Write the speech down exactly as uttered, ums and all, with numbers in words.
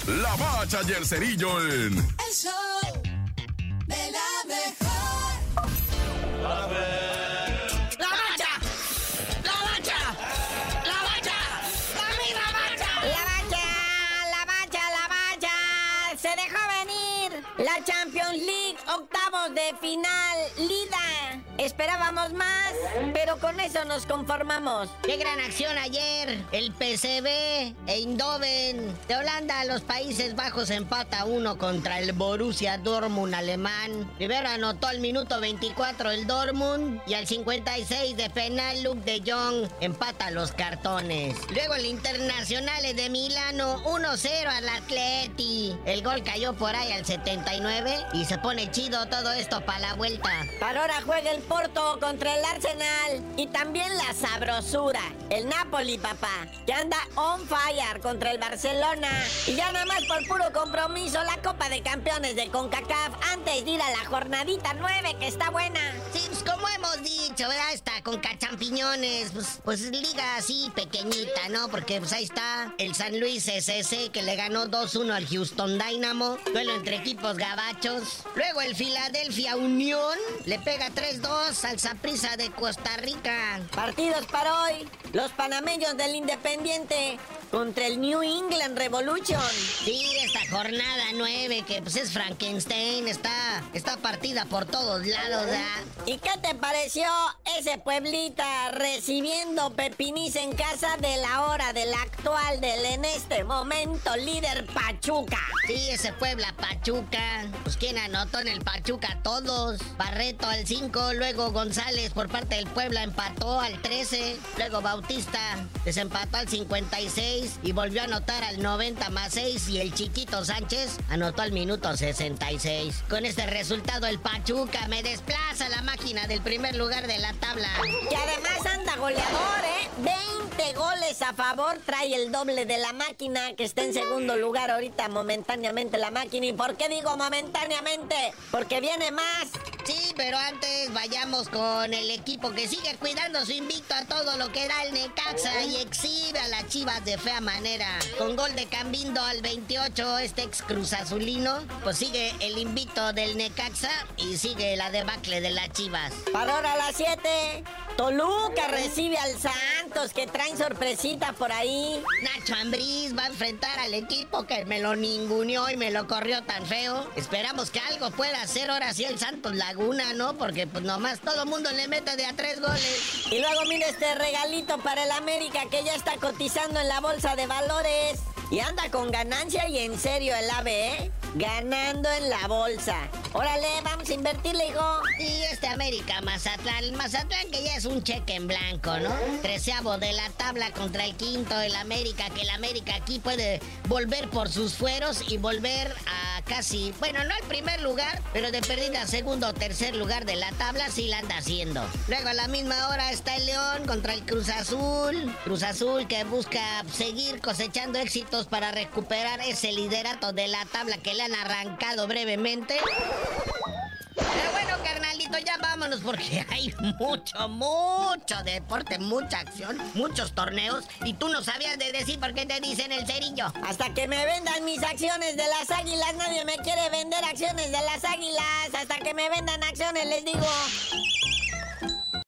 La Bacha y el Cerillo en... El show de la mejor. A ver. ¡La Bacha! ¡La Bacha! ¡La Bacha! ¡La misma Bacha! ¡La Bacha! ¡La Bacha! ¡La Bacha! ¡Se dejó venir! La Champions League, octavos de final, Lida. Esperábamos más, pero con eso nos conformamos. ¡Qué gran acción ayer! El P S V e Eindhoven de Holanda, los Países Bajos, empata uno contra el Borussia Dortmund alemán. Primero anotó al minuto veinticuatro el Dortmund y al cincuenta y seis de penal Luke de Jong empata los cartones. Luego el Internazionale de Milano uno cero al Atleti. El gol cayó por ahí al setenta y nueve y se pone chido todo esto para la vuelta. Para ahora juega el Porto contra el Arsenal y también la sabrosura, el Napoli, papá, que anda on fire contra el Barcelona. Y ya nada más por puro compromiso la Copa de Campeones de CONCACAF antes de ir a la jornadita nueve, que está buena. Sí, pues como hemos dicho, ¿verdad? Está Conca Champiñones, pues, pues liga así pequeñita, ¿no? Porque pues ahí está el San Luis S C que le ganó dos uno al Houston Dynamo, duelo entre equipos gabachos. Luego el Philadelphia Unión le pega tres dos al Saprissa de Costa Rica. Partidos para hoy: los panameños del Independiente contra el New England Revolution. Sí, esta jornada nueve, que pues es Frankenstein, está, está partida por todos lados, ¿verdad? ¿Y qué te pareció ese Pueblita recibiendo pepiniz en casa de la hora del actual, del en este momento líder Pachuca? Sí, ese Puebla Pachuca. Pues ¿quién anotó en el Pachuca? Todos. Barreto al cinco, luego González por parte del Puebla empató al trece, luego Bautista desempató al cincuenta y seis y volvió a anotar al noventa más seis, y el Chiquito Sánchez anotó al minuto sesenta y seis. Con este resultado el Pachuca me desplaza la máquina del primer lugar de la tabla. Y además anda goleador, ¿eh? veinte goles a favor, trae el doble de la máquina, que está en segundo lugar ahorita momentáneamente la máquina. ¿Y por qué digo momentáneamente? Porque viene más. Sí, pero antes vayamos con el equipo que sigue cuidando su invicto a todo lo que da el Necaxa y exhibe a las Chivas de fea manera. Con gol de Cambindo al veintiocho, este ex cruzazulino, pues sigue el invicto del Necaxa y sigue la debacle de las Chivas. Para ahora a las siete, Toluca recibe al Santos, que traen sorpresita por ahí. Nacho Ambriz va a enfrentar al equipo que me lo ninguneó y me lo corrió tan feo. Esperamos que algo pueda hacer ahora sí el Santos Laguna, ¿no? Porque pues nomás todo mundo le mete de a tres goles. Y luego mira este regalito para el América, que ya está cotizando en la bolsa de valores. Y anda con ganancia y en serio el A V, ¿eh? Ganando en la bolsa. Órale, vamos a invertirle, hijo. Y este América Mazatlán, el Mazatlán que ya es un cheque en blanco, ¿no? Treceavo de la tabla contra el quinto, el América, que el América aquí puede volver por sus fueros y volver a casi, bueno, no al primer lugar, pero de perdida segundo o tercer lugar de la tabla sí la anda haciendo. Luego a la misma hora está el León contra el Cruz Azul. Cruz Azul que busca seguir cosechando éxitos para recuperar ese liderato de la tabla que le han arrancado brevemente. Pero bueno, carnalito, ya vámonos porque hay mucho, mucho deporte, mucha acción, muchos torneos y tú no sabías de decir por qué te dicen el Cerillo. Hasta que me vendan mis acciones de las Águilas, nadie me quiere vender acciones de las Águilas. Hasta que me vendan acciones, les digo.